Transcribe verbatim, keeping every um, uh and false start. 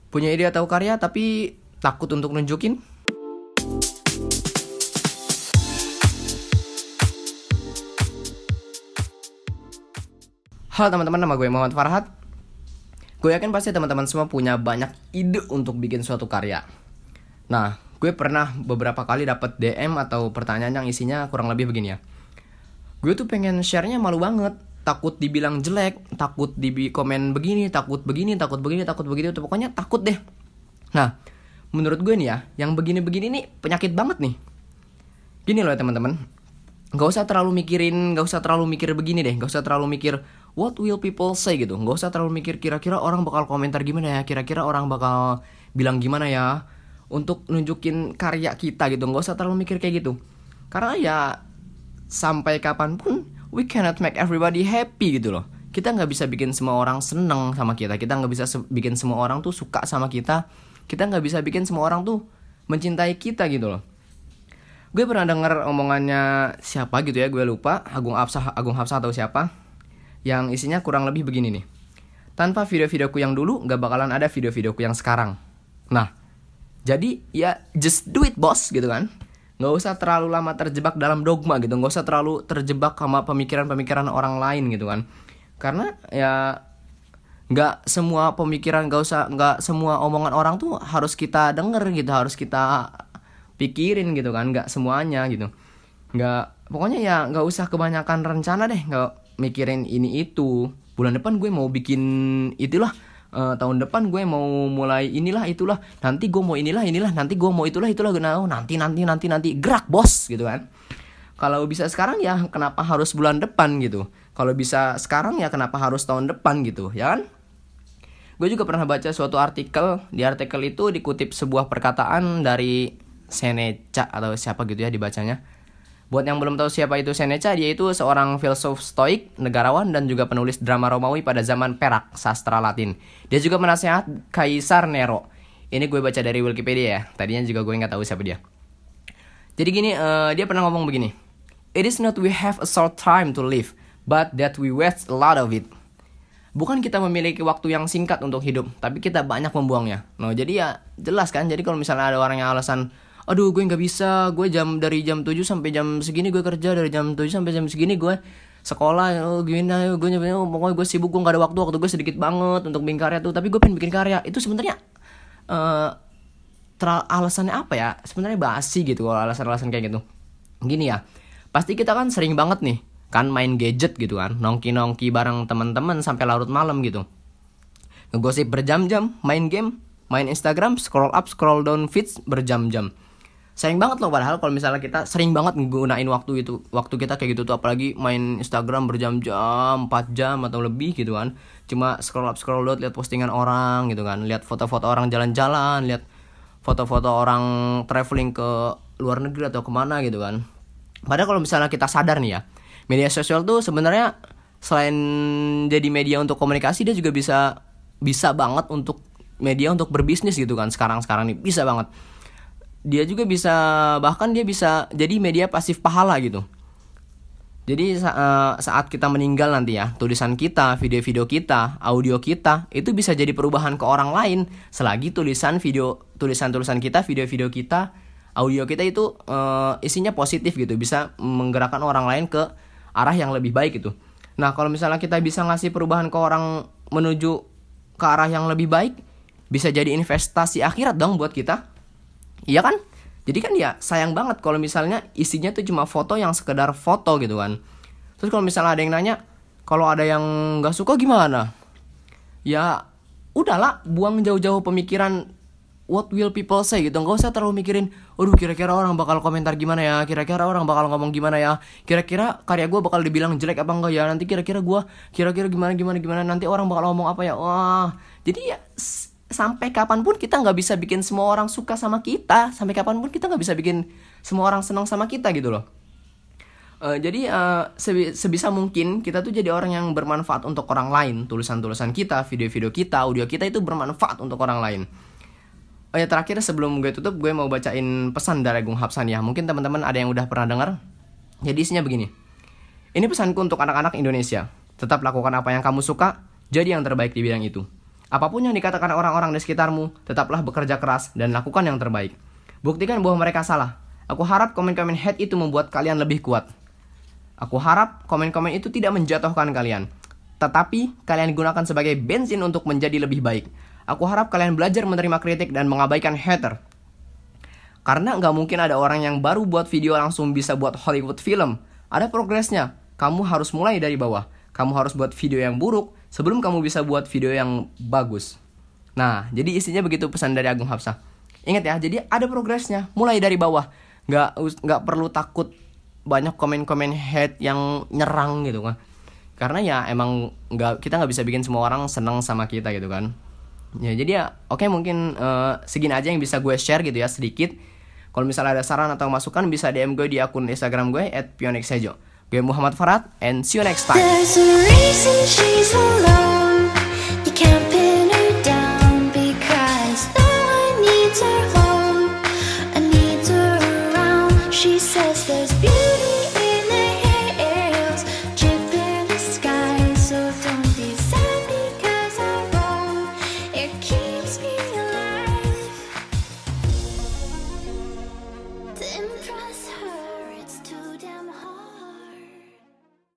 Punya ide atau karya tapi takut untuk nunjukin? Halo teman-teman, nama gue Muhammad Farhat. Gue yakin pasti teman-teman semua punya banyak ide untuk bikin suatu karya. Nah, gue pernah beberapa kali dapat D M atau pertanyaan yang isinya kurang lebih begini ya. Gue tuh pengen share-nya malu banget, takut dibilang jelek, takut di komen begini, takut begini, takut begini, takut begini, tuh pokoknya takut deh. Nah, menurut gue nih ya, yang begini-begini nih penyakit banget nih. Gini loh ya teman-teman, gak usah terlalu mikirin, gak usah terlalu mikir begini deh, gak usah terlalu mikir what will people say gitu. Gak usah terlalu mikir kira-kira orang bakal komentar gimana ya, kira-kira orang bakal bilang gimana ya untuk nunjukin karya kita gitu. Gak usah terlalu mikir kayak gitu. Karena ya sampai kapanpun we cannot make everybody happy gitu loh. Kita gak bisa bikin semua orang seneng sama kita. Kita gak bisa se- bikin semua orang tuh suka sama kita. Kita gak bisa bikin semua orang tuh mencintai kita gitu loh. Gue pernah denger omongannya siapa gitu ya, gue lupa, Agung Hapsah, Agung Hapsah atau siapa, yang isinya kurang lebih begini nih. Tanpa video-videoku yang dulu, gak bakalan ada video-videoku yang sekarang. Nah, jadi ya just do it bos gitu kan. Gak usah terlalu lama terjebak dalam dogma gitu. Gak usah terlalu terjebak sama pemikiran-pemikiran orang lain gitu kan. Karena ya gak semua pemikiran, gak usah, gak semua omongan orang tuh harus kita denger gitu. Harus kita pikirin gitu kan. Gak semuanya gitu. Gak, pokoknya ya gak usah kebanyakan rencana deh. Gak mikirin ini itu, bulan depan gue mau bikin itulah, uh, tahun depan gue mau mulai inilah itulah, nanti gue mau inilah inilah, nanti gue mau itulah itulah, nah, nanti nanti nanti nanti gerak bos gitu kan. Kalau bisa sekarang ya kenapa harus bulan depan gitu? Kalau bisa sekarang ya kenapa harus tahun depan gitu, ya kan? Gue juga pernah baca suatu artikel, di artikel itu dikutip sebuah perkataan dari Seneca atau siapa gitu ya dibacanya. Buat yang belum tahu siapa itu Seneca, dia itu seorang filsuf stoik, negarawan, dan juga penulis drama Romawi pada zaman perak, sastra Latin. Dia juga penasehat Kaisar Nero. Ini gue baca dari Wikipedia ya, tadinya juga gue nggak tahu siapa dia. Jadi gini, uh, dia pernah ngomong begini. It is not we have a short time to live, but that we waste a lot of it. Bukan kita memiliki waktu yang singkat untuk hidup, tapi kita banyak membuangnya. Nah, jadi ya jelas kan, jadi kalau misalnya ada orang yang alasan, aduh gue gak bisa, gue jam dari jam tujuh sampai jam segini gue kerja, dari jam tujuh sampai jam segini gue sekolah, oh gimana, gue nyebutnya, oh, pokoknya gue sibuk, gue gak ada waktu, waktu gue sedikit banget untuk bikin karya tuh, tapi gue pengen bikin karya. Itu sebenarnya uh, ter- alasannya apa ya, sebenarnya basi gitu kalau alasan-alasan kayak gitu. Gini ya, pasti kita kan sering banget nih kan main gadget gitu kan, nongki-nongki bareng teman-teman sampai larut malam gitu, ngegosip berjam-jam, main game, main Instagram, scroll up, scroll down feeds berjam-jam. Sayang banget loh, padahal kalau misalnya kita sering banget nggunain waktu itu, waktu kita kayak gitu tuh, apalagi main Instagram berjam-jam, empat jam atau lebih gitu kan. Cuma scroll up, scroll down, lihat postingan orang gitu kan, lihat foto-foto orang jalan-jalan, lihat foto-foto orang traveling ke luar negeri atau kemana gitu kan. Padahal kalau misalnya kita sadar nih ya, media sosial tuh sebenarnya selain jadi media untuk komunikasi, dia juga bisa bisa banget untuk media untuk berbisnis gitu kan. Sekarang-sekarang nih bisa banget. Dia juga bisa, bahkan dia bisa jadi media pasif pahala gitu. Jadi sa- saat kita meninggal nanti ya, tulisan kita, video-video kita, audio kita itu bisa jadi perubahan ke orang lain, selagi tulisan video, tulisan-tulisan kita, video-video kita, audio kita itu uh, isinya positif gitu, bisa menggerakkan orang lain ke arah yang lebih baik gitu. Nah, kalau misalnya kita bisa ngasih perubahan ke orang menuju ke arah yang lebih baik, bisa jadi investasi akhirat dong buat kita. Iya kan? Jadi kan ya sayang banget kalau misalnya isinya tuh cuma foto yang sekedar foto gitu kan. Terus kalau misalnya ada yang nanya, kalau ada yang gak suka gimana? Ya udahlah, buang jauh-jauh pemikiran what will people say gitu. Gak usah terlalu mikirin, aduh kira-kira orang bakal komentar gimana ya, kira-kira orang bakal ngomong gimana ya, kira-kira karya gue bakal dibilang jelek apa enggak ya, nanti kira-kira gue, kira-kira gimana gimana gimana, nanti orang bakal ngomong apa ya. Wah, jadi ya sampai kapanpun kita nggak bisa bikin semua orang suka sama kita, sampai kapanpun kita nggak bisa bikin semua orang senang sama kita gitu loh. Uh, jadi uh, sebi- sebisa mungkin kita tuh jadi orang yang bermanfaat untuk orang lain. Tulisan-tulisan kita, video-video kita, audio kita itu bermanfaat untuk orang lain. Oh ya, terakhir sebelum gue tutup, gue mau bacain pesan dari Agung Hapsah ya. Mungkin teman-teman ada yang udah pernah dengar. Jadi isinya begini. Ini pesanku untuk anak-anak Indonesia. Tetap lakukan apa yang kamu suka, jadi yang terbaik di bidang itu. Apapun yang dikatakan orang-orang di sekitarmu, tetaplah bekerja keras dan lakukan yang terbaik. Buktikan bahwa mereka salah. Aku harap komen-komen hate itu membuat kalian lebih kuat. Aku harap komen-komen itu tidak menjatuhkan kalian, tetapi kalian gunakan sebagai bensin untuk menjadi lebih baik. Aku harap kalian belajar menerima kritik dan mengabaikan hater. Karena nggak mungkin ada orang yang baru buat video langsung bisa buat Hollywood film. Ada progresnya. Kamu harus mulai dari bawah. Kamu harus buat video yang buruk sebelum kamu bisa buat video yang bagus. Nah, jadi isinya begitu pesan dari Agung Hapsah. Ingat ya, jadi ada progresnya. Mulai dari bawah. Nggak, nggak perlu takut banyak komen-komen hate yang nyerang gitu kan. Karena ya emang nggak, kita nggak bisa bikin semua orang senang sama kita gitu kan. Ya jadi ya oke okay, mungkin uh, segini aja yang bisa gue share gitu ya sedikit. Kalau misalnya ada saran atau masukan bisa D M gue di akun Instagram gue at pionixejo. Gue Muhammad Farad and see you next time. There's a reason she's alone. You can't pin her down because no one needs her home and needs her around. She says there's beauty in the hills, drip in the sky, so don't be sad because I roam. It keeps me alive. The improv